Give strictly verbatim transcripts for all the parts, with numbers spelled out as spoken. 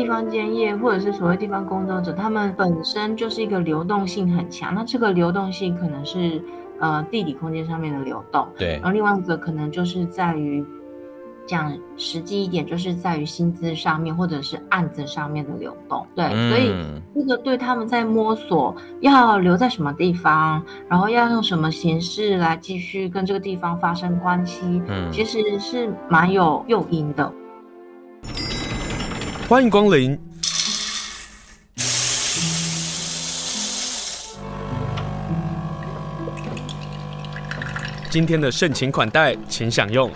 地方间业或者是所谓地方工作者，他们本身就是一个流动性很强，那这个流动性可能是呃地理空间上面的流动， 对， 然后另外一个可能就是在于讲实际一点，就是在于薪资上面或者是案子上面的流动。对，嗯、所以这个对他们在摸索要留在什么地方，然后要用什么形式来继续跟这个地方发生关系，嗯、其实是蛮有诱因的。 欢迎光临。今天的盛情款待，请享用。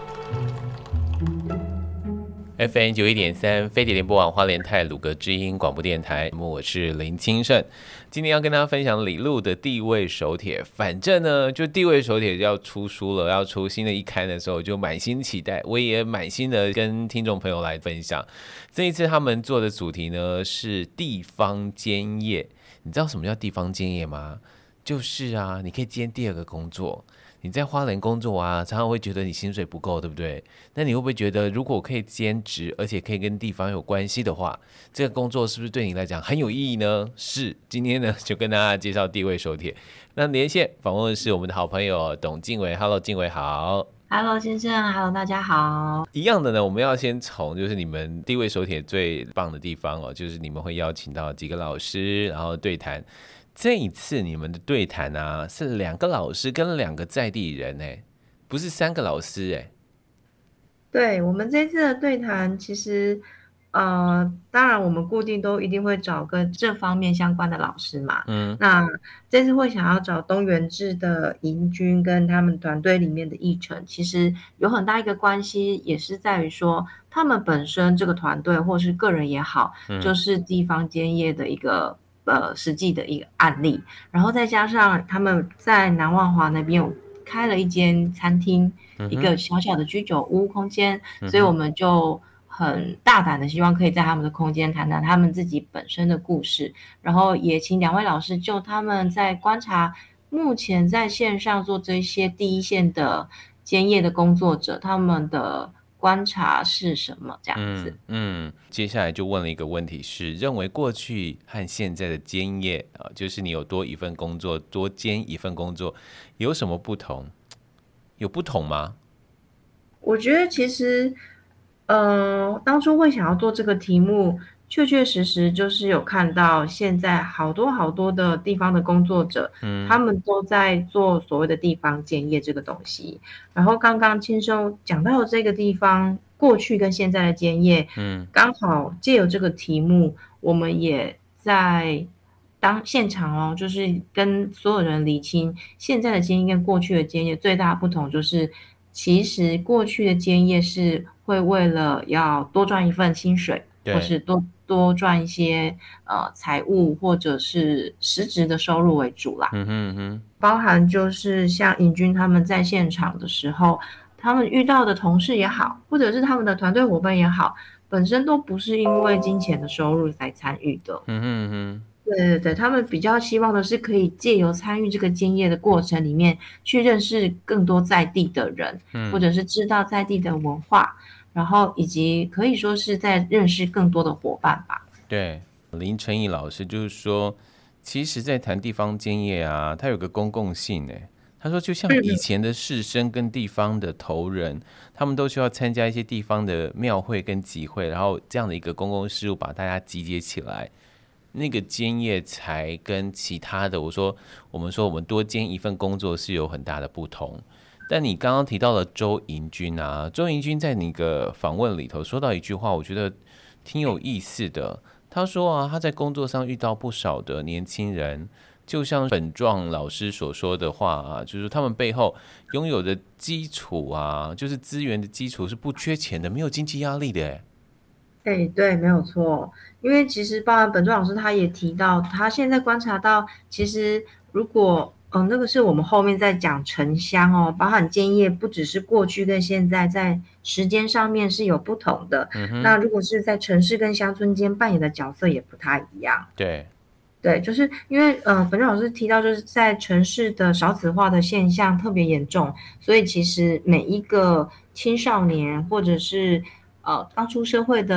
F M 九一点三飞碟联播网花莲泰鲁阁之音广播电台，我是林清盛。今天要跟大家分享李路的地位手帖。反正呢，就地位手帖要出书了，要出新的一刊的时候，就满心期待，我也满心的跟听众朋友来分享。这一次他们做的主题呢是地方兼业。你知道什么叫地方兼业吗？就是啊，你可以兼第二个工作。你在花莲工作啊，常常会觉得你薪水不够，对不对？那你会不会觉得，如果可以兼职，而且可以跟地方有关系的话，这个工作是不是对你来讲很有意义呢？是，今天呢就跟大家介绍地位手帖。那连线访问的是我们的好朋友董敬伟 ，Hello， 敬伟好。 Hello， 先生 ，Hello， 大家好。 一样的呢，我们要先从就是你们地位手帖最棒的地方哦，就是你们会邀请到几个老师，然后对谈。这一次你们的对谈啊，是两个老师跟两个在地人哎，不是三个老师哎。 对，我们这次的对谈，其实呃，当然我们固定都一定会找跟这方面相关的老师嘛。嗯，那这次会想要找东元志的营军跟他们团队里面的议程，其实有很大一个关系，也是在于说他们本身这个团队或是个人也好，嗯、就是地方兼业的一个。呃，实际的一个案例，然后再加上他们在南万华那边有开了一间餐厅，嗯、一个小小的居酒屋空间，嗯、所以我们就很大胆的希望可以在他们的空间谈谈他们自己本身的故事，然后也请两位老师就他们在观察目前在线上做这些第一线的兼业的工作者，他们的观察是什么这样子。 嗯, 嗯，接下来就问了一个问题是，认为过去和现在的兼业啊，就是你有多一份工作，多兼一份工作，有什么不同？有不同吗？ 我觉得其实，呃，当初会想要做这个题目，确确实实就是有看到现在好多好多的地方的工作者，嗯，他们都在做所谓的地方兼业这个东西。然后刚刚青松讲到这个地方过去跟现在的兼业，嗯，刚好借由这个题目，我们也在当现场哦，就是跟所有人厘清现在的兼业跟过去的兼业最大的不同就是。其实过去的兼业是会为了要多赚一份薪水，或是多多赚一些呃财务或者是实质的收入为主啦。嗯哼嗯哼，包含就是像尹军他们在现场的时候，他们遇到的同事也好，或者是他们的团队伙伴也好，本身都不是因为金钱的收入才参与的。嗯哼嗯哼。对对对，他们比较希望的是可以借由参与这个兼业的过程里面，去认识更多在地的人，嗯、或者是知道在地的文化，然后以及可以说是在认识更多的伙伴吧。 对，林承义老师就是说，其实在谈地方兼业啊，它有个公共性诶。他说，就像以前的士绅跟地方的头人，嗯、他们都需要参加一些地方的庙会跟集会，然后这样的一个公共事务把大家集结起来。那个兼业才跟其他的，我说我们说我们多兼一份工作是有很大的不同。但你刚刚提到了周营军啊，周营军在那个访问里头说到一句话，我觉得挺有意思的。他说啊，他在工作上遇到不少的年轻人，就像本壮老师所说的话啊，就是他们背后拥有的基础啊，就是资源的基础是不缺钱的，没有经济压力的耶。 对对，没有错。因为其实包含本壮老师他也提到，他现在观察到，其实如果嗯、呃，那个是我们后面在讲城乡哦，包含兼业不只是过去跟现在在时间上面是有不同的。嗯、那如果是在城市跟乡村间扮演的角色也不太一样。 对。 对，就是因为呃，本壮老师提到，就是在城市的少子化的现象特别严重，所以其实每一个青少年或者是呃刚出社会的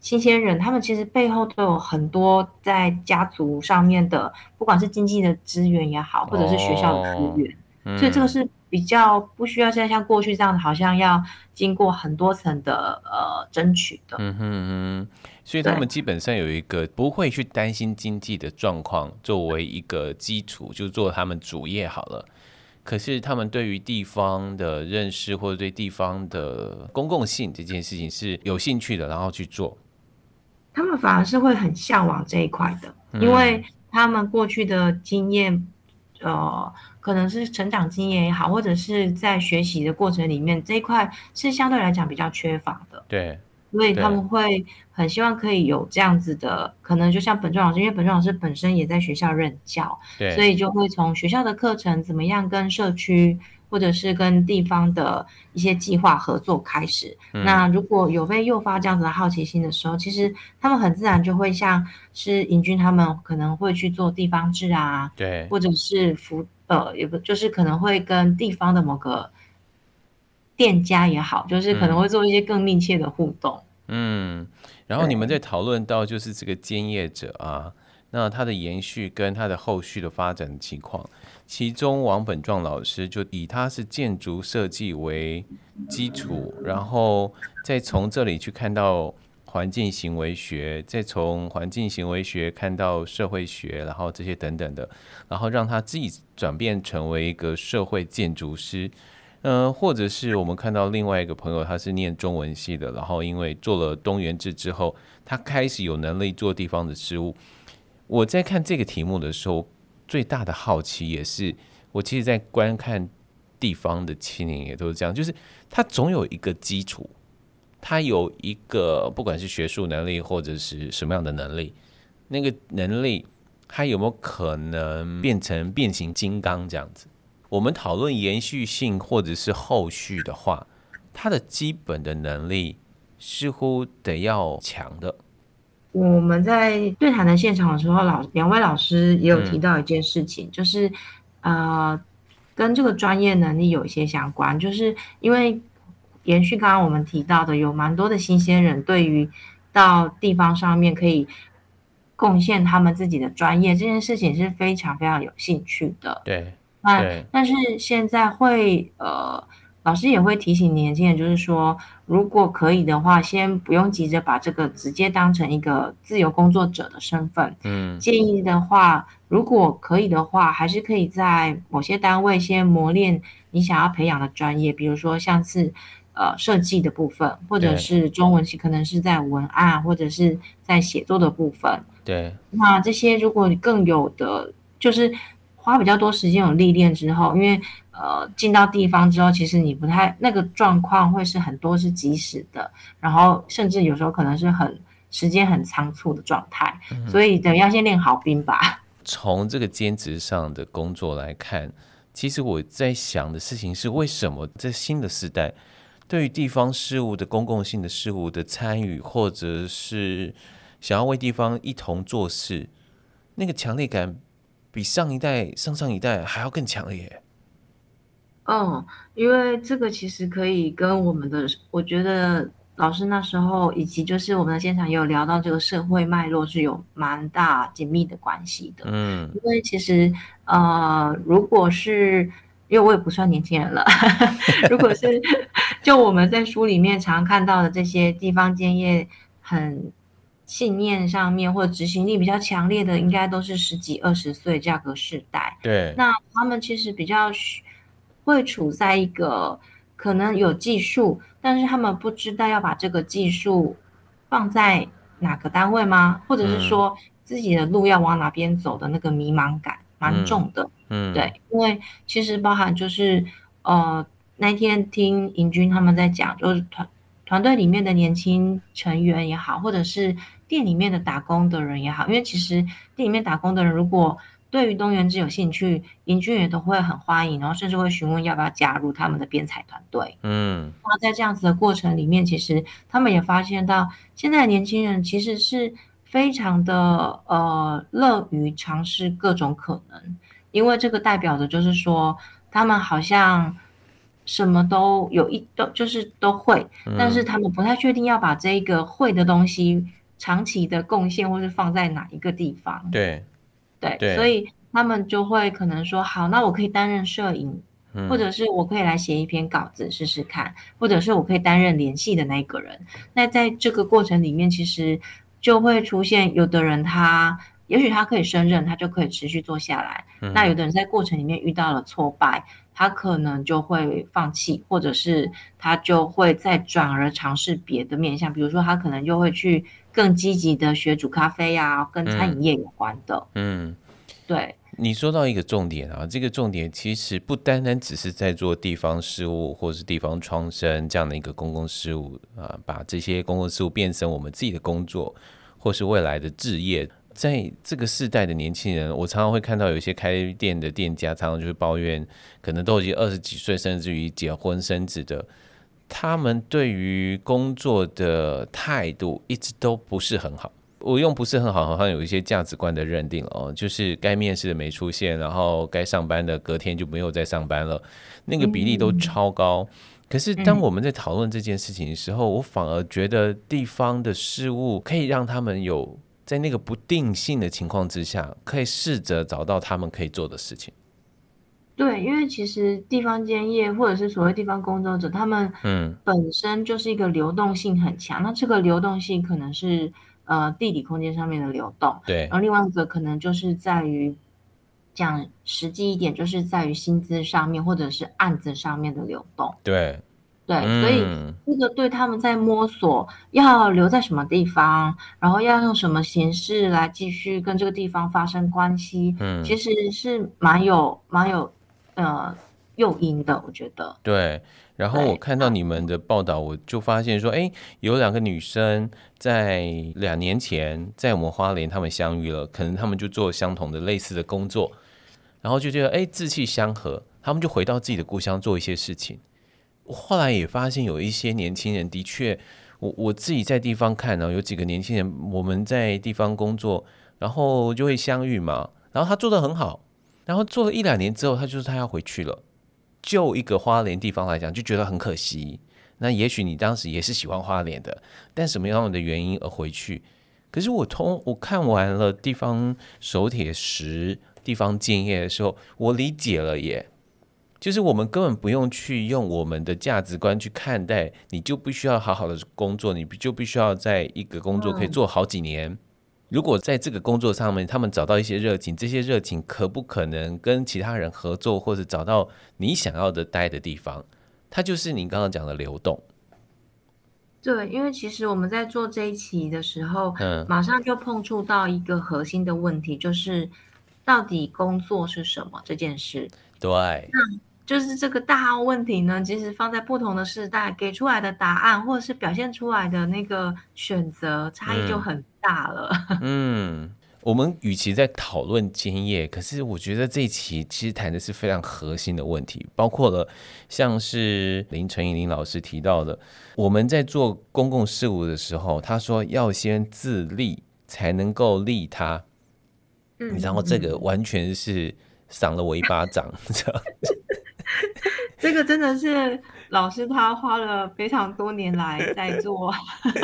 新鲜人，他们其实背后都有很多在家族上面的，不管是经济的资源也好，或者是学校的资哦， 源，所以这个嗯是比较不需要再像过去这样的，好像要经过很多层的呃争取的。 嗯哼嗯哼，所以他对， 们基本上有一个不会去担心经济的状况作为一个基础，就做他们主业好了。可是他们对于地方的认识或者对地方的公共性这件事情是有兴趣的，然后去做。 他们反而是会很向往这一块的，因嗯， 为他们过去的经验，呃，可能是成长经验也好，或者是在学习的过程里面，这一块是相对来讲比较缺乏的。 对所以他对们会很希望可以有这样子的，可能就像本庄老师，因为本庄老师本身也在学校任教，所对， 以就会从学校的课程怎么样跟社区或者是跟地方的一些计划合作开始。 嗯那如果有被诱发这样子的好奇心的时候，其实他们很自然就会像是尹军他们可能会去做地方志啊， 对， 或者是辅呃，有个就是可能会跟地方的某个店家也好，就是可能嗯会做一些更密切的互动。 嗯。然后你们在对， 讨论到就是这个兼业者啊，那他的延续跟他的后续的发展情况，其中王本壮老师就以他是建筑设计为基础，然后再从这里去看到环境行为学，再从环境行为学看到社会学，然后这些等等的，然后让他自己转变成为一个社会建筑师。呃，或者是我们看到另外一个朋友，他是念中文系的，然后因为做了东元制之后，他开始有能力做地方的事务。我在看这个题目的时候，最大的好奇也是，我其实在观看地方的青年也都是这样，就是他总有一个基础，他有一个不管是学术能力或者是什么样的能力，那个能力他有没有可能变成变形金刚这样子？我们讨论延续性或者是后续的话，它的基本的能力似乎得要强的。 我们在对谈的现场的时候，老两位老师也有提嗯到一件事情，就是呃，跟这个专业能力有一些相关，就是因为延续刚刚我们提到的，有蛮多的新鲜人对于到地方上面可以贡献他们自己的专业这件事情是非常非常有兴趣的。 对那对， 但是现在会呃，老师也会提醒年轻人，就是说，如果可以的话，先不用急着把这个直接当成一个自由工作者的身份。 嗯建议的话，如果可以的话，还是可以在某些单位先磨练你想要培养的专业，比如说像是呃设计的部分，或者对是中文系可能是在文案或者是在写作的部分。 对， 那这些如果你更有的，就是花比较多时间有历练之后，因为呃进到地方之后，其实你不太那个状况会是很多是及时的，然后甚至有时候可能是很时间很仓促的状态，所以等要先练好兵吧。 从这个兼职上的工作来看，其实我在想的事情是，为什么在新的时代，对于地方事务的公共性的事务的参与，或者是想要为地方一同做事，那个强烈感比上一代、上上一代还要更强烈。 嗯，因为这个其实可以跟我们的，我觉得老师那时候以及就是我们的现场也有聊到这个社会脉络是有蛮大紧密的关系的。 嗯， 因为其实呃，如果是因为我也不算年轻人了，如果是就我们在书里面常看到的这些地方建业很信念上面或者执行力比较强烈的，应该都是十几二十岁这样个世代。 对， 那他们其实比较需会处在一个可能有技术，但是他们不知道要把这个技术放在哪个单位吗？或者是嗯说自己的路要往哪边走的那个迷茫感蛮嗯重的。 嗯， 对，因为其实包含就是呃那天听尹军他们在讲，就是团团队里面的年轻成员也好，或者是店里面的打工的人也好，因为其实店里面打工的人如果对于东元之有兴趣，邻居也都会很欢迎，然后甚至会询问要不要加入他们的编采团队。 嗯那在这样子的过程里面，其实他们也发现到，现在的年轻人其实是非常的呃乐于尝试各种可能，因为这个代表的就是说，他们好像什么都有一都就是都会， 嗯但是他们不太确定要把这个会的东西长期的贡献或是放在哪一个地方。 对对， 对， 所以他们就会可能说，好，那我可以担任摄影， 嗯或者是我可以来写一篇稿子试试看，或者是我可以担任联系的那一个人。那在这个过程里面，其实就会出现有的人他也许他可以胜任，他就可以持续做下来。 嗯那有的人在过程里面遇到了挫败，他可能就会放弃，或者是他就会再转而尝试别的面向，比如说他可能就会去更积极的学煮咖啡啊，跟餐饮业有关的。 嗯， 对， 你说到一个重点啊，这个重点其实不单单只是在做地方事务或是地方创生这样的一个公共事务啊，把这些公共事务变成我们自己的工作或是未来的志业。在这个世代的年轻人，我常常会看到有一些开店的店家，常常就是抱怨，可能都已经二十几岁，甚至于结婚生子的，他们对于工作的态度一直都不是很好。我用不是很好，好像有一些价值观的认定哦，就是该面试的没出现，然后该上班的隔天就没有再上班了，那个比例都超高。嗯、可是当我们在讨论这件事情的时候，我反而觉得地方的事务可以让他们有在那个不定性的情况之下，可以试着找到他们可以做的事情。 对，因为其实地方间业或者是所谓地方工作者，他们本身就是一个流动性很强。嗯、那这个流动性可能是呃地理空间上面的流动， 对。 然后另外一个可能就是在于讲实际一点，就是在于薪资上面或者是案子上面的流动。 对。 对，所以这个对他们在摸索要留在什么地方，然后要用什么形式来继续跟这个地方发生关系，嗯、其实是蛮有蛮有呃诱因的，我觉得。 对，然后我看到你们的报道，我就发现说，哎，有两个女生在两年前在我们花莲，她们相遇了，可能她们就做相同的类似的工作，然后就觉得哎志气相合，她们就回到自己的故乡做一些事情。我后来也发现有一些年轻人的确，我我自己在地方看呢，有几个年轻人我们在地方工作，然后就会相遇嘛，然后他做得很好，然后做了一两年之后，他就说他要回去了。就一个花莲地方来讲，就觉得很可惜。那也许你当时也是喜欢花莲的，但什么样的原因而回去？可是我通我看完了地方手铁时地方建业的时候，我理解了耶。就是我们根本不用去用我们的价值观去看待，你就必须要好好的工作，你就必须要在一个工作可以做好几年。如果在这个工作上面他们找到一些热情，这些热情可不可能跟其他人合作，或者找到你想要的待的地方，它就是你刚刚讲的流动。 对，因为其实我们在做这一期的时候，嗯，马上就碰触到一个核心的问题，就是到底工作是什么这件事。 对， 那就是这个大问题呢，其实放在不同的世代给出来的答案，或者是表现出来的那个选择差异就很大了。 嗯，嗯我们与其在讨论兼业，可是我觉得这一期其实谈的是非常核心的问题，包括了像是林陈以林老师提到的，我们在做公共事务的时候，他说要先自利才能够利他，嗯，然后这个完全是赏了我一巴掌，这样这个真的是老师他花了非常多年来在做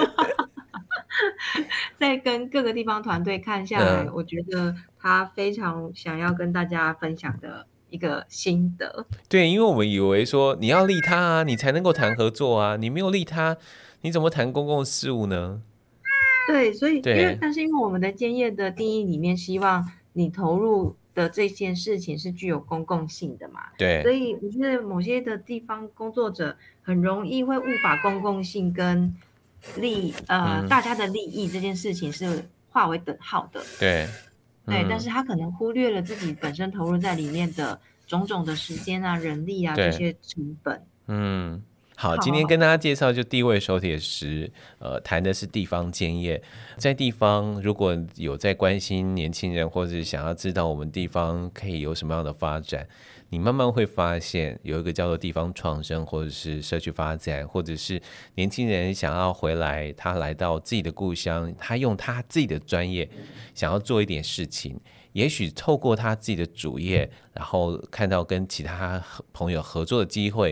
在跟各个地方团队看下来、嗯、我觉得他非常想要跟大家分享的一个心得。 对，因为我们以为说你要利他啊，你才能够談合作啊，你没有利他你怎么談公共事務呢？ 对，所以因为但是因为我们的兼业的定义里面希望你投入的这件事情是具有公共性的嘛， 对， 所以我觉得某些的地方工作者很容易会误把公共性跟利呃、嗯、大家的利益这件事情是划为等号的， 对、 嗯、对，但是他可能忽略了自己本身投入在里面的种种的时间啊、人力啊这些成本。 嗯，好，今天跟大家介绍就地位手铁时，呃，谈的是地方兼业。在地方如果有在关心年轻人，或者想要知道我们地方可以有什么样的发展，你慢慢会发现有一个叫做地方创生，或者是社区发展，或者是年轻人想要回来，他来到自己的故乡，他用他自己的专业想要做一点事情，也许透过他自己的主业，然后看到跟其他朋友合作的机会，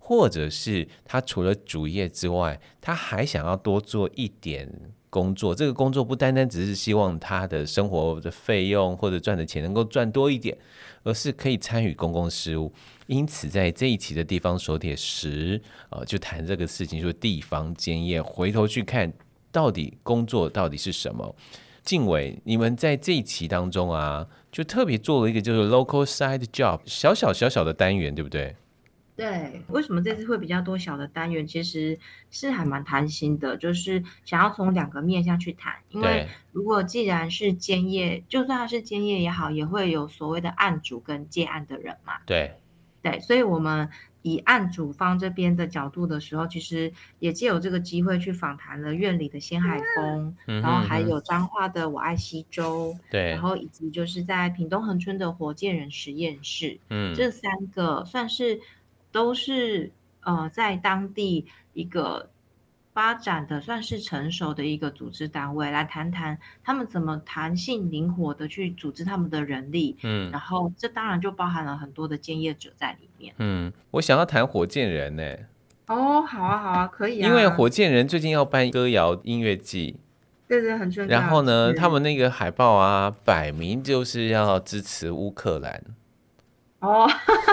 或者是他除了主业之外，他还想要多做一点工作，这个工作不单单只是希望他的生活的费用或者赚的钱能够赚多一点，而是可以参与公共事务。因此在这一期的地方手帖十、呃、就谈这个事情，说地方兼业，回头去看到底工作到底是什么。敬伟，你们在这一期当中啊，就特别做了一个就是 local side job， 小小小小的单元，对不对？ 对，为什么这次会比较多小的单元？其实是还蛮贪心的，就是想要从两个面向去谈。因为如果既然是兼业，就算他是兼业也好，也会有所谓的案主跟接案的人嘛。 对对，所以我们以案主方这边的角度的时候，其实也借有这个机会去访谈了院里的仙海峰，嗯、然后还有彰化的我爱溪州， 对， 然后以及就是在屏东恒春的火箭人实验室，嗯，这三个算是都是呃在当地一个发展的算是成熟的一个组织单位，来谈谈他们怎么弹性灵活的去组织他们的人力，嗯，然后这当然就包含了很多的兼业者在里面。 嗯，我想要谈火箭人呢、欸。 哦，好啊，好啊，可以啊。 因为火箭人最近要办歌谣音乐季， 对对，很重要。 然后呢，他们那个海报啊，摆明就是要支持乌克兰。 哦。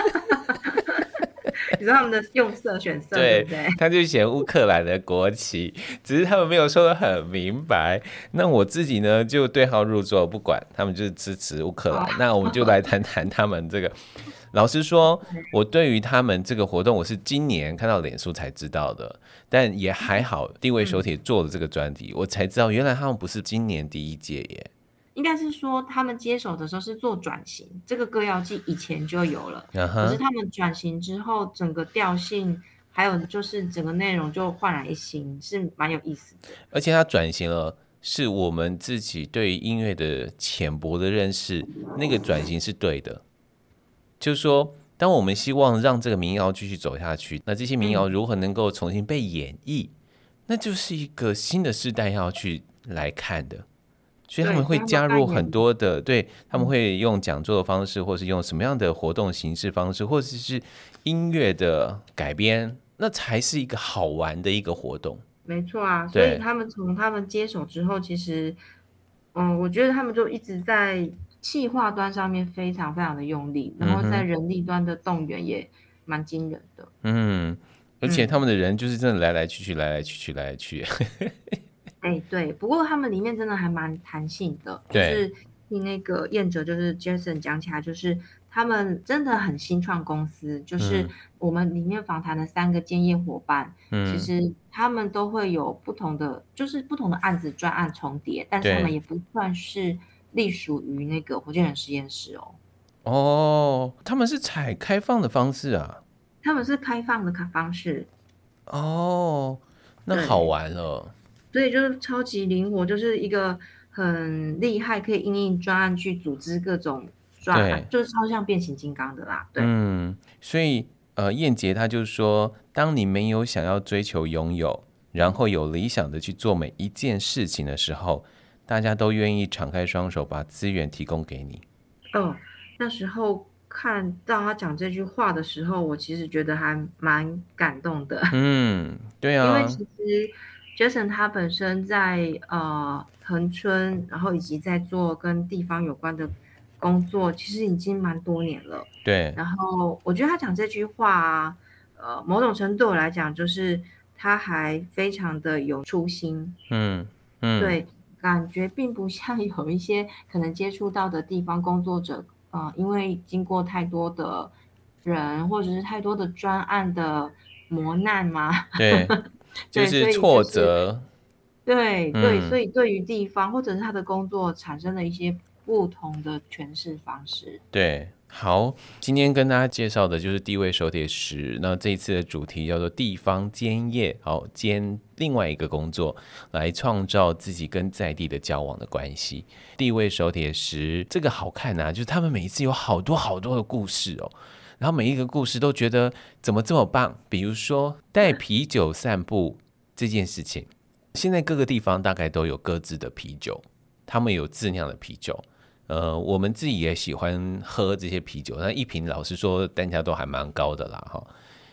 你说他们的用色选色 对, 对不对？ 他就写乌克兰的国旗，只是他们没有说得很明白。那我自己呢就对号入座，不管他们就是支持乌克兰。哦、那我们就来谈谈他们这个。老实说，我对于他们这个活动，我是今年看到脸书才知道的，但也还好，地位手帖做了这个专题，我才知道原来他们不是今年第一届耶。 应该是说他们接手的时候是做转型，这个歌谣季以前就有了， uh-huh. 可是他们转型之后整个调性还有就是整个内容就焕然一新，是蛮有意思的。 而且他转型了，是我们自己对音乐的浅薄的认识，那个转型是对的。就是说当我们希望让这个民谣继续走下去，那这些民谣如何能够重新被演绎、嗯、那就是一个新的世代要去来看的。所以他们会加入很多的，对，他们会用讲座的方式，或是用什么样的活动形式方式，或者是音乐的改编，那才是一个好玩的一个活动。 没错啊，所以他们从他们接手之后，其实，嗯，我觉得他们就一直在企划端上面非常非常的用力，然后在人力端的动员也蛮惊人的。 嗯，而且他们的人就是真的来来去去，来来去去，来来去。 哎、欸，对，不过他们里面真的还蛮弹性的，就是听那个燕哲，就是 Jason 讲起来，就是他们真的很新创公司，就是我们里面访谈的三个兼业伙伴、嗯，其实他们都会有不同的，就是不同的案子专案重叠，但是他们也不算是隶属于那个火箭人实验室哦。 哦，他们是采开放的方式啊？ 他们是开放的方式。 哦，那好玩了。 所以就是超级灵活，就是一个很厉害，可以因应专案去组织各种专案，就是超像变形金刚的啦。对， 嗯，所以呃，燕杰他就说，当你没有想要追求拥有，然后有理想的去做每一件事情的时候，大家都愿意敞开双手，把资源提供给你。 哦，那时候看到他讲这句话的时候，我其实觉得还蛮感动的。 嗯，对啊， 因为其实Jason 他本身在呃恒春，然后以及在做跟地方有关的工作，其实已经蛮多年了。 对。 然后我觉得他讲这句话啊，呃，某种程度来讲，就是他还非常的有初心。 嗯嗯。 对，感觉并不像有一些可能接触到的地方工作者，呃，因为经过太多的人或者是太多的专案的磨难嘛。 对。就是挫折， 就是、对对、嗯，所以对于地方或者是他的工作产生了一些不同的诠释方式。 对，好，今天跟大家介绍的就是地位手帖十，那这一次的主题叫做地方兼业，好，兼另外一个工作，来创造自己跟在地的交往的关系。地位手帖十这个好看啊，就是他们每一次有好多好多的故事哦。然后每一个故事都觉得怎么这么棒，比如说带啤酒散步这件事情，现在各个地方大概都有各自的啤酒，他们有自酿的啤酒，呃，我们自己也喜欢喝这些啤酒，那一瓶老实说单价都还蛮高的啦哈。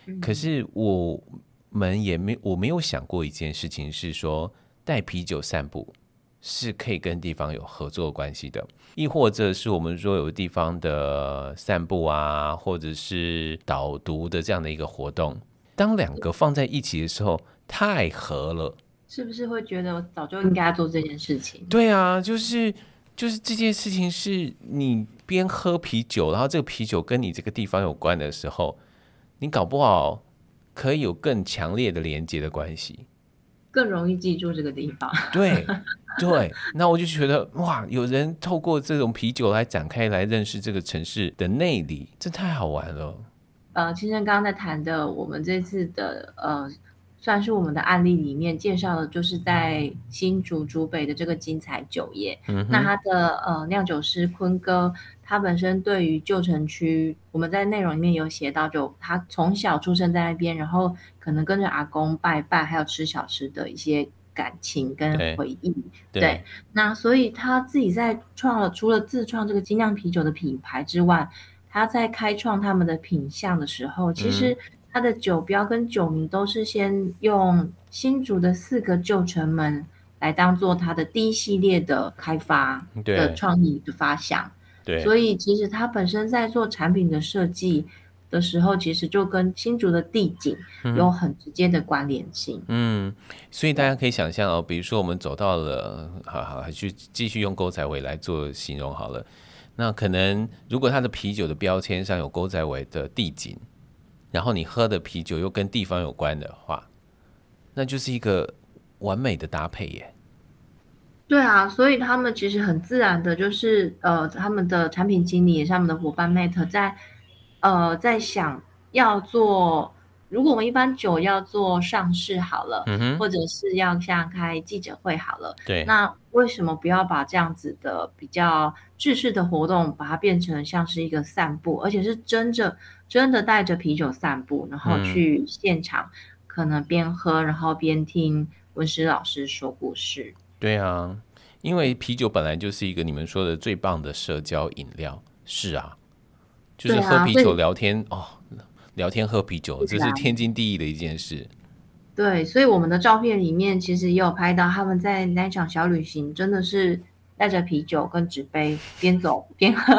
嗯可是我们也没我没有想过一件事情是说带啤酒散步是可以跟地方有合作关系的，亦或者是我们说有地方的散步啊，或者是导读的这样的一个活动，当两个放在一起的时候太合了。 是不是会觉得早就应该做这件事情？ 对啊，就是就是这件事情是你边喝啤酒，然后这个啤酒跟你这个地方有关的时候，你搞不好可以有更强烈的连接的关系， 更容易记住这个地方。 对对，那我就觉得哇，有人透过这种啤酒来展开来认识这个城市的内里，这太好玩了。 呃，其实刚刚在谈的，我们这次的呃，算是我们的案例里面介绍的，就是在新竹竹北的这个金彩酒业。嗯、那他的呃酿酒师坤哥，他本身对于旧城区，我们在内容里面有写到，就他从小出生在那边，然后可能跟着阿公拜拜，还有吃小吃的一些感情跟回忆。对，对那所以他自己在创了，除了自创这个精酿啤酒的品牌之外，他在开创他们的品项的时候，其实他的酒标跟酒名都是先用新竹的四个旧城门来当做他的第一系列的开发的创意的发想。对，所以其实他本身在做产品的设计的时候，其实就跟新竹的地景有很直接的关联性。 嗯，所以大家可以想象哦，比如说我们走到了，好好，去继续用狗仔尾来做形容好了。那可能如果它的啤酒的标签上有狗仔尾的地景，然后你喝的啤酒又跟地方有关的话，那就是一个完美的搭配耶。 对啊，所以他们其实很自然的，就是呃，他们的产品经理也是他们的伙伴 Mate 在呃在想要做，如果我们一般酒要做上市好了，嗯、或者是要像开记者会好了，对，那为什么不要把这样子的比较制式的活动，把它变成像是一个散步，而且是真的真的带着啤酒散步，然后去现场、嗯、可能边喝，然后边听文史老师说故事。 对啊，因为啤酒本来就是一个你们说的最棒的社交饮料，是啊，就是喝啤酒聊天、啊、哦，聊天喝啤酒，这是天经地义的一件事。 对，所以我们的照片里面其实也有拍到他们在那场小旅行，真的是带着啤酒跟纸杯边走边喝。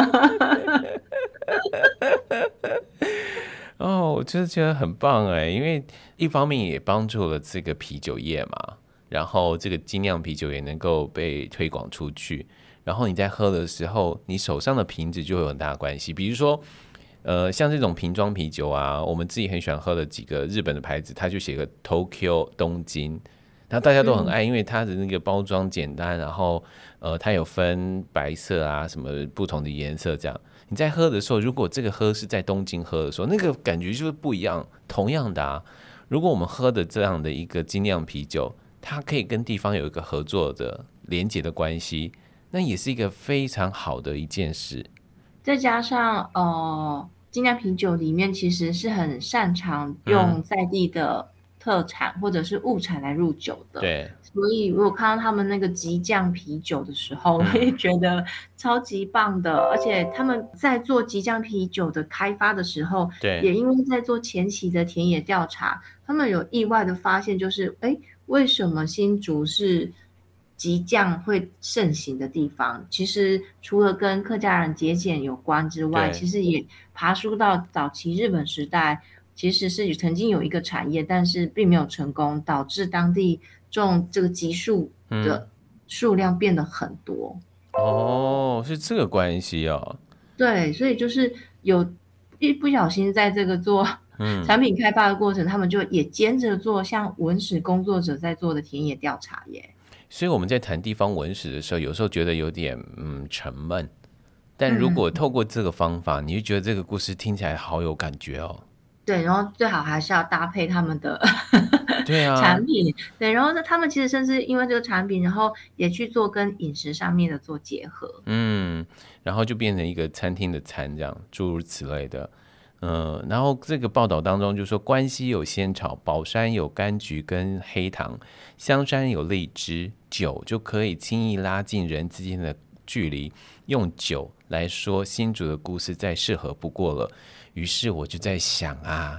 哦，我真的觉得很棒哎，因为一方面也帮助了这个啤酒业嘛。然后这个精酿啤酒也能够被推广出去，然后你在喝的时候，你手上的瓶子就有很大的关系。比如说，呃，像这种瓶装啤酒啊，我们自己很喜欢喝的几个日本的牌子，它就写个 Tokyo 东京，然后大家都很爱，因为它的那个包装简单，然后呃，它有分白色啊什么不同的颜色这样。你在喝的时候，如果这个喝是在东京喝的时候，那个感觉就是不一样。同样的啊，如果我们喝的这样的一个精酿啤酒，它可以跟地方有一个合作的连结的关系，那也是一个非常好的一件事。 再加上呃，精酿啤酒里面其实是很擅长用在地的特产或者是物产来入酒的，对。所以如果看到他们那个极酱啤酒的时候，我也觉得超级棒的。而且他们在做极酱啤酒的开发的时候，对，也因为在做前期的田野调查，他们有意外的发现，就是哎。为什么新竹是极酱会盛行的地方？其实除了跟客家人节俭有关之外，其实也爬梳到早期日本时代，其实是曾经有一个产业，但是并没有成功，导致当地种这个橘树的数量变得很多。 嗯、哦，是这个关系哦。 对，所以就是有一不小心在这个做。嗯、产品开发的过程，他们就也兼着做像文史工作者在做的田野调查耶。 所以我们在谈地方文史的时候，有时候觉得有点嗯沉闷，但如果透过这个方法，嗯、你就觉得这个故事听起来好有感觉哦。 对，然后最好还是要搭配他们的对啊产品，对，然后呢，他们其实甚至因为这个产品，然后也去做跟饮食上面的做结合， 嗯，然后就变成一个餐厅的餐这样，诸如此类的。嗯，然后这个报道当中就说，关西有仙草，宝山有柑橘跟黑糖，香山有荔枝，酒就可以轻易拉近人之间的距离，用酒来说新竹的故事再适合不过了。于是我就在想啊，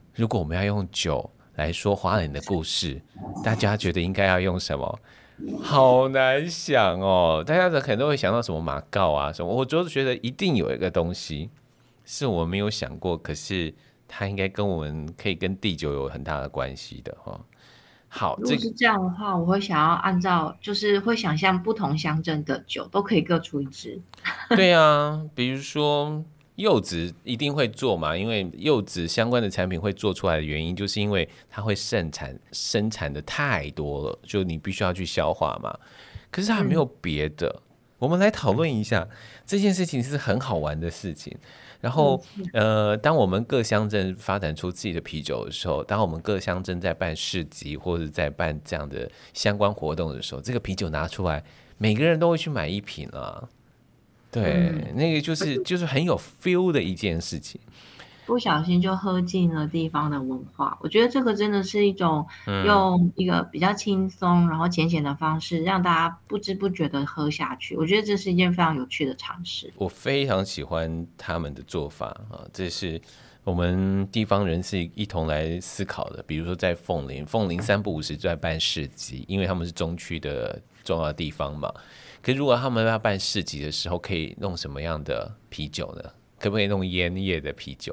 如果我们要用酒来说花莲的故事，大家觉得应该要用什么？好难想哦，大家可能都会想到什么马告啊什么，我就是觉得一定有一个东西是我没有想过，可是它应该跟我们可以跟地酒有很大的关系的哈、哦。好， 如果是这样的话，我会想要按照，就是会想象不同乡镇的酒都可以各出一支。 对啊，比如说柚子一定会做嘛，因为柚子相关的产品会做出来的原因，就是因为它会生产生产的太多了，就你必须要去消化嘛。可是它没有别的，嗯、我们来讨论一下这件事情是很好玩的事情。然后，呃，当我们各乡镇发展出自己的啤酒的时候，当我们各乡镇在办市集或者在办这样的相关活动的时候，这个啤酒拿出来，每个人都会去买一瓶啊。对，嗯、那个就是就是很有 feel 的一件事情。 不小心就喝进了地方的文化，我觉得这个真的是一种用一个比较轻松然后浅显的方式让大家不知不觉的喝下去，我觉得这是一件非常有趣的尝试。 我非常喜欢他们的做法啊，这是我们地方人士一同来思考的。比如说在凤林，凤林三不五时就在办市集，因为他们是中区的重要的地方嘛。可是如果他们要办市集的时候，可以弄什么样的啤酒呢？可不可以弄烟叶的啤酒？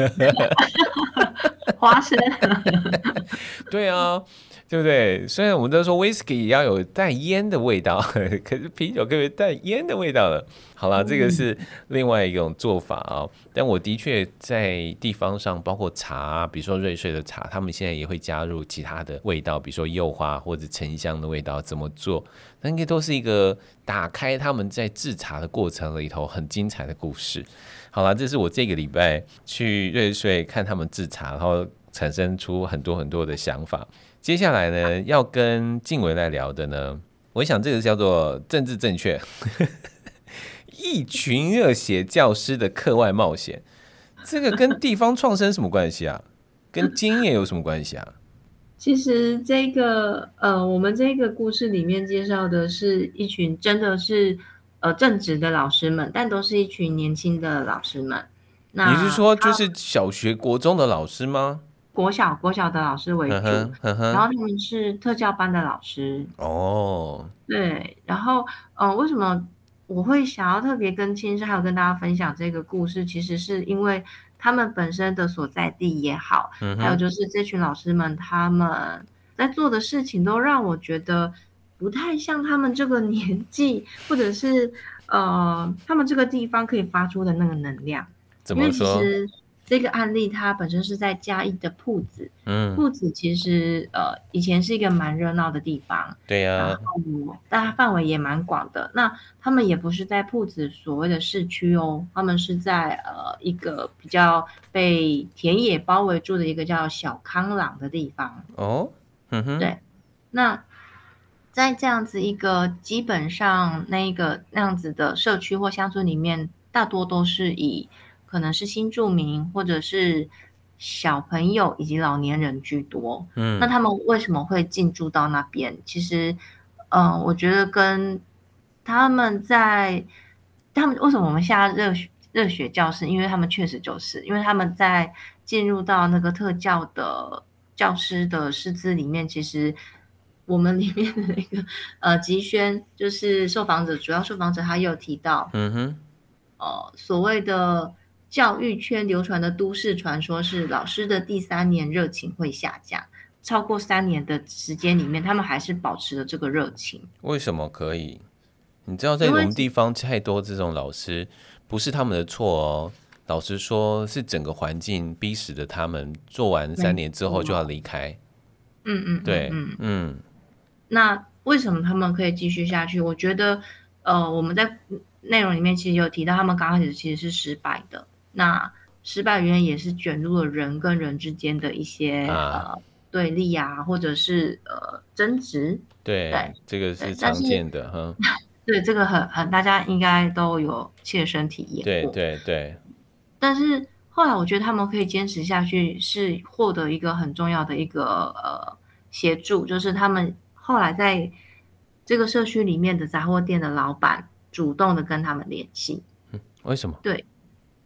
花生。 对啊，对不对？虽然我们都说 whisky 也要有带烟的味道，可是啤酒可不可以带烟的味道了？好啦，这个是另外一种做法啊、哦。但我的确在地方上，包括茶，比如说瑞穗的茶，他们现在也会加入其他的味道，比如说柚花或者沉香的味道，怎么做？那应该都是一个打开他们在制茶的过程里头很精彩的故事。好啦，这是我这个礼拜去瑞穗看他们制茶，然后产生出很多很多的想法。接下来呢，要跟静维来聊的呢，我想这个叫做政治正确，一群热血教师的课外冒险，这个跟地方创生什么关系啊？跟经验有什么关系啊？ 其实这个呃，我们这个故事里面介绍的是一群真的是呃正直的老师们，但都是一群年轻的老师们。那你是说就是小学、国中的老师吗？ 国小国小的老师为主， 呵呵呵， 然后他们是特教班的老师。 哦， 对，然后呃，为什么我会想要特别跟青山还有跟大家分享这个故事？其实是因为他们本身的所在地也好，嗯、还有就是这群老师们他们在做的事情，都让我觉得不太像他们这个年纪，或者是呃他们这个地方可以发出的那个能量。 怎么说？ 因为其实这个案例它本身是在嘉义的朴子，嗯，朴子其实呃以前是一个蛮热闹的地方， 对呀、啊， 然后但它范围也蛮广的。那他们也不是在朴子所谓的市区哦，他们是在呃一个比较被田野包围住的一个叫小康朗的地方哦，嗯哼， 对，那在这样子一个基本上那一个那样子的社区或乡村里面，大多都是以可能是新住民或者是小朋友以及老年人居多。嗯，那他们为什么会进驻到那边？其实，呃，我觉得跟他们在他们为什么我们下热血热血教室？因为他们确实就是因为他们在进入到那个特教的教师的师资里面，其实我们里面的那个呃吉轩就是受访者，主要受访者他有提到，嗯哼，呃，所谓的教育圈流传的都市传说是老师的第三年热情会下降，超过三年的时间里面，他们还是保持了这个热情。 为什么可以？你知道在我们地方太多这种老师，不是他们的错哦。老实说，是整个环境逼使的他们做完三年之后就要离开。 嗯嗯， 对，嗯嗯。 那为什么他们可以继续下去？我觉得，呃，我们在内容里面其实有提到，他们刚开始其实是失败的。那失败原因也是卷入了人跟人之间的一些、啊、呃对立啊，或者是呃争执。 对，对这个是常见的哈。 对，这个很很大家应该都有切身体验过。 对对对。 但是后来我觉得他们可以坚持下去，是获得一个很重要的一个呃协助，就是他们后来在这个社区里面的杂货店的老板主动的跟他们联系。 嗯，为什么？ 对，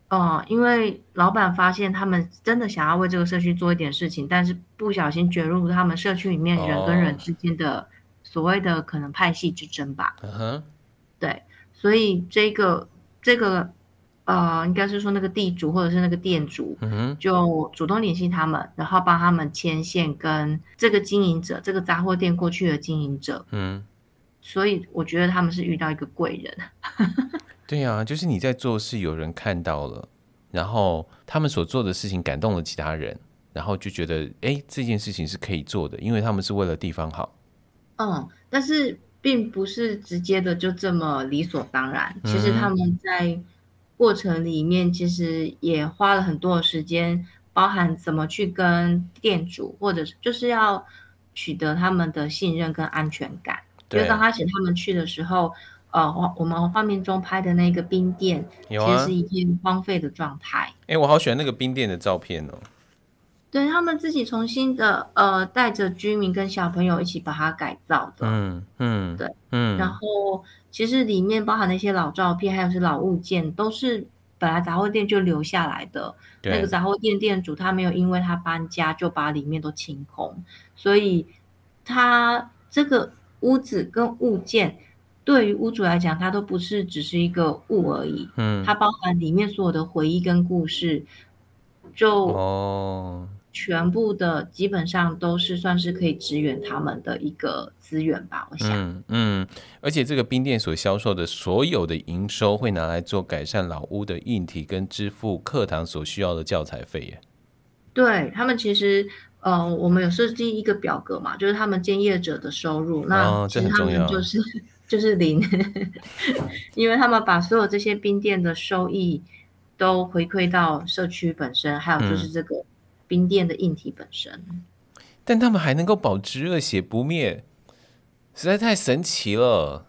哦、因为老板发现他们真的想要为这个社区做一点事情，但是不小心卷入他们社区里面人跟人哦， 之间的所谓的可能派系之争吧。 嗯哼， 对，所以这个这个呃，应该是说那个地主或者是那个店主嗯哼， 就主动联系他们，然后帮他们牵线跟这个经营者，这个杂货店过去的经营者。 嗯， 所以我觉得他们是遇到一个贵人。 对啊，就是你在做事，有人看到了，然后他们所做的事情感动了其他人，然后就觉得，哎，这件事情是可以做的，因为他们是为了地方好。 嗯，但是并不是直接的就这么理所当然。其实他嗯们在过程里面其实也花了很多的时间，包含怎么去跟店主，或者是就是要取得他们的信任跟安全感。因为刚对， 开始他们去的时候，呃，画我们画面中拍的那个冰店，其实是有啊， 一片荒废的状态。 哎，我好喜欢那个冰店的照片哦。 对，他们自己重新的，呃，带着居民跟小朋友一起把它改造的。 嗯嗯对，然嗯， 后其实里面包含的一些老照片，还有是老物件，都是本来杂货店就留下来的。那个对， 杂货店店主他没有因为他搬家就把里面都清空，所以他这个屋子跟物件对于屋主来讲，它都不是只是一个物而已， 嗯， 它包含里面所有的回忆跟故事，就哦， 全部的基本上都是算是可以支援他们的一个资源吧，我想。 嗯嗯，而且这个冰店所销售的所有的营收会拿来做改善老屋的硬体跟支付课堂所需要的教材费耶。 对，他们其实，呃，我们有设计一个表格嘛，就是他们兼业者的收入，那哦，这其实他很重要。 们就是就是零，因为他们把所有这些冰店的收益都回馈到社区本身，还有就是嗯， 这个冰店的硬体本身。 但他们还能够保持热血不灭，实在太神奇了。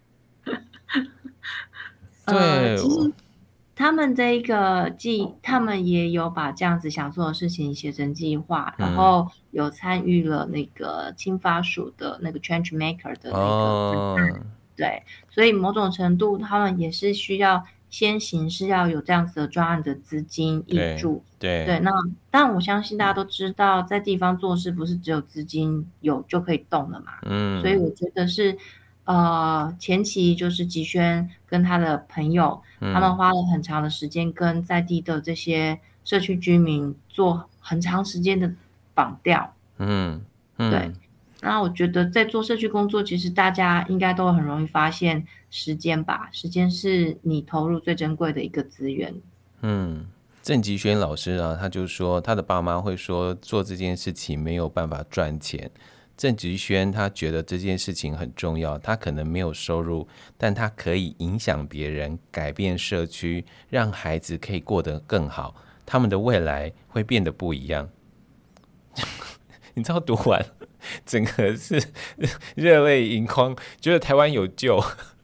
呃， 对， 其实他们这一个计，他们也有把这样子想做的事情写成计划，然嗯， 后有参与了那个青发署的那个 Change Maker 的那个专哦， 案。对，所以某种程度他们也是需要先行是要有这样子的专案的资金挹对注。对， 对， 那但我相信大家都知道，在地方做事不是只有资金有就可以动的嘛，所以嗯我觉得是，呃，前期就是吉轩跟他的朋友，他们嗯花了很长的时间跟在地的这些社区居民做很长时间的绑调。 嗯对， 嗯那我觉得在做社区工作，其实大家应该都很容易发现时间吧，时间是你投入最珍贵的一个资源。 嗯。郑吉轩老师啊，他就说他的爸妈会说做这件事情没有办法赚钱。郑吉轩他觉得这件事情很重要，他可能没有收入，但他可以影响别人，改变社区，让孩子可以过得更好，他们的未来会变得不一样。你知道读完整个是热泪盈眶，觉得台湾有救。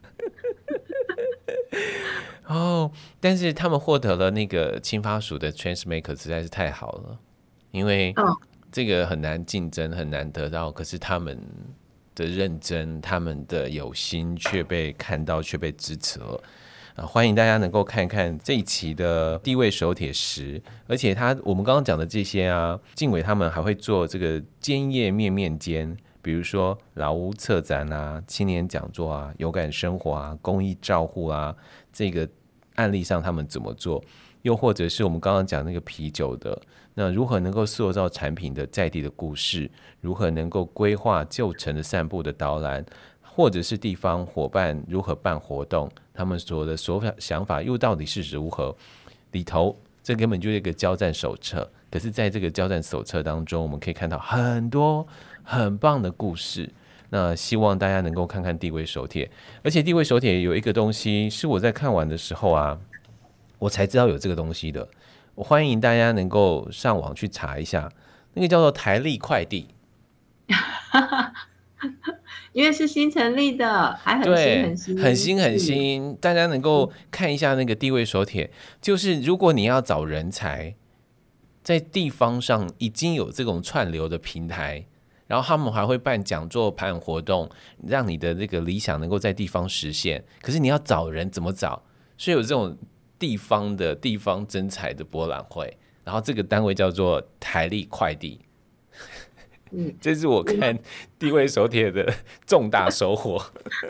哦，但是他们获得了那个青发署的 Transmaker 实在是太好了，因为嗯， 这个很难竞争，很难得到，可是他们的认真，他们的有心却被看到，却被支持了。啊，欢迎大家能够看看这一期的地位手帖十，而且他我们刚刚讲的这些啊，静伟他们还会做这个兼业面面兼，比如说老屋策展啊、青年讲座啊、有感生活啊、公益照护啊，这个案例上他们怎么做，又或者是我们刚刚讲那个啤酒的，那如何能够塑造产品的在地的故事，如何能够规划旧城的散步的导览，或者是地方伙伴如何办活动，他们所有的所想法又到底是如何？里头这根本就是一个交战手册，可是在这个交战手册当中，我们可以看到很多很棒的故事。那希望大家能够看看地位手帖，而且地位手帖有一个东西是我在看完的时候啊，我才知道有这个东西的。我欢迎大家能够上网去查一下，那个叫做台历快递。 因为是新成立的，还很新对， 很新， 很新很是新，大家能够看一下那个地位手帖，就是如果你要找人才，在地方上已经有这种串流的平台，然后他们还会办讲座、办活动，让你的这个理想能够在地方实现。可是你要找人怎么找？所以有这种地方的地方征才的博览会，然后这个单位叫做台力快递。嗯，这是我看地位手帖的重大收获。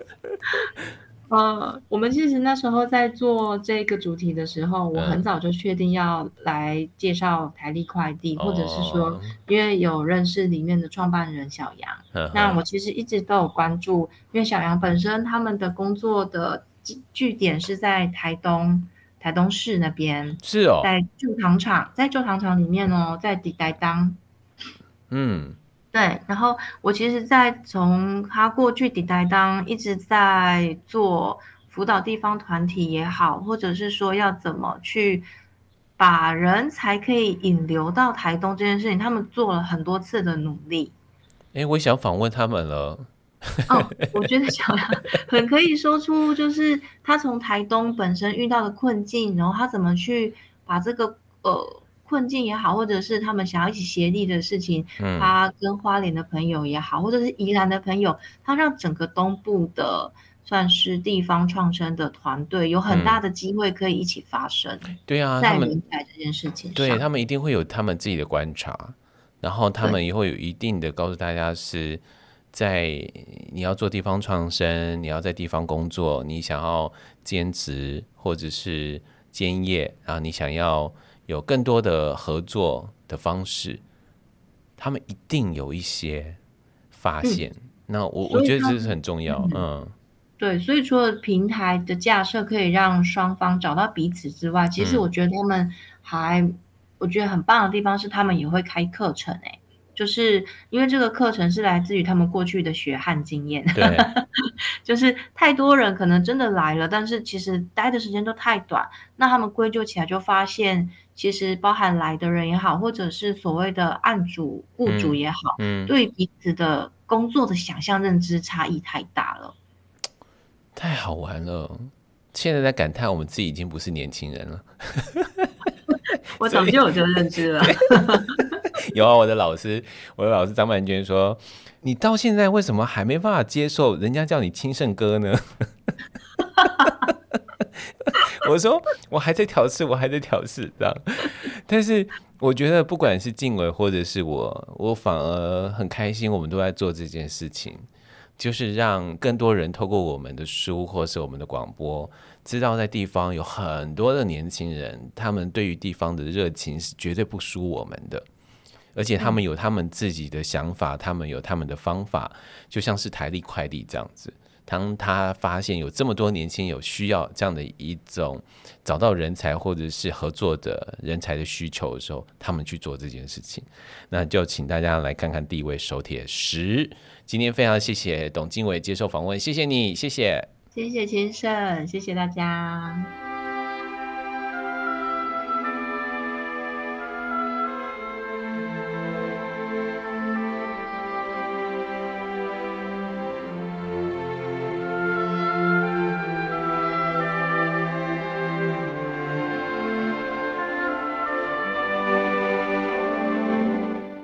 呃，我们其实那时候在做这个主题的时候，我很早就确定要来介绍台力快递，嗯、或者是说，因为有认识里面的创办人小杨，嗯、那我其实一直都有关注，因为小杨本身他们的工作的据点是在台东台东市那边， 是哦， 在旧糖厂，在旧糖厂里面哦，在底台当，嗯。对，然后我其实在从他过去底台当一直在做辅导地方团体也好，或者是说要怎么去把人才可以引流到台东这件事情，他们做了很多次的努力。 哎，我想访问他们了。 哦，我觉得小杨很可以说出，就是他从台东本身遇到的困境，然后他怎么去把这个呃。困境也好，或者是他们想要一起协力的事情，嗯、他跟花莲的朋友也好，或者是宜兰的朋友，他让整个东部的算是地方创生的团队有很大的机会可以一起发生。嗯、 对啊， 在人才这件事情上， 对他们一定会有他们自己的观察，然后他们也会有一定的告诉大家是在你要做地方创生，你要在地方工作，你想要兼职或者是兼业，然后你想要有更多的合作的方式，他们一定有一些发现。嗯、那我我觉得这是很重要。嗯，嗯对，所以除了平台的架设可以让双方找到彼此之外，其实我觉得他们还，嗯、我觉得很棒的地方是他们也会开课程、欸，就是因为这个课程是来自于他们过去的血汗经验， 对， 就是太多人可能真的来了，但是其实待的时间都太短，那他们归咎起来就发现。其实包含来的人也好，或者是所谓的案主、雇主也好，嗯嗯、对彼此的工作的想象认知差异太大了， 太好玩了。现在在感叹我们自己已经不是年轻人了。 我早就有这个认知了。 有啊，我的老师，我的老师张曼娟说：“你到现在为什么还没办法接受人家叫你清盛哥呢？”我说我还在调试，我还在调试这样。但是我觉得不管是静伟或者是我，我反而很开心，我们都在做这件事情，就是让更多人透过我们的书或是我们的广播，知道在地方有很多的年轻人，他们对于地方的热情是绝对不输我们的。而且他们有他们自己的想法，他们有他们的方法，就像是台力快递这样子。当他发现有这么多年轻人有需要这样的一种找到人才或者是合作的人才的需求的时候，他们去做这件事情。那就请大家来看看地位手帖十。今天非常谢谢董经纬接受访问，谢谢你，谢谢， 谢谢先生，谢谢大家。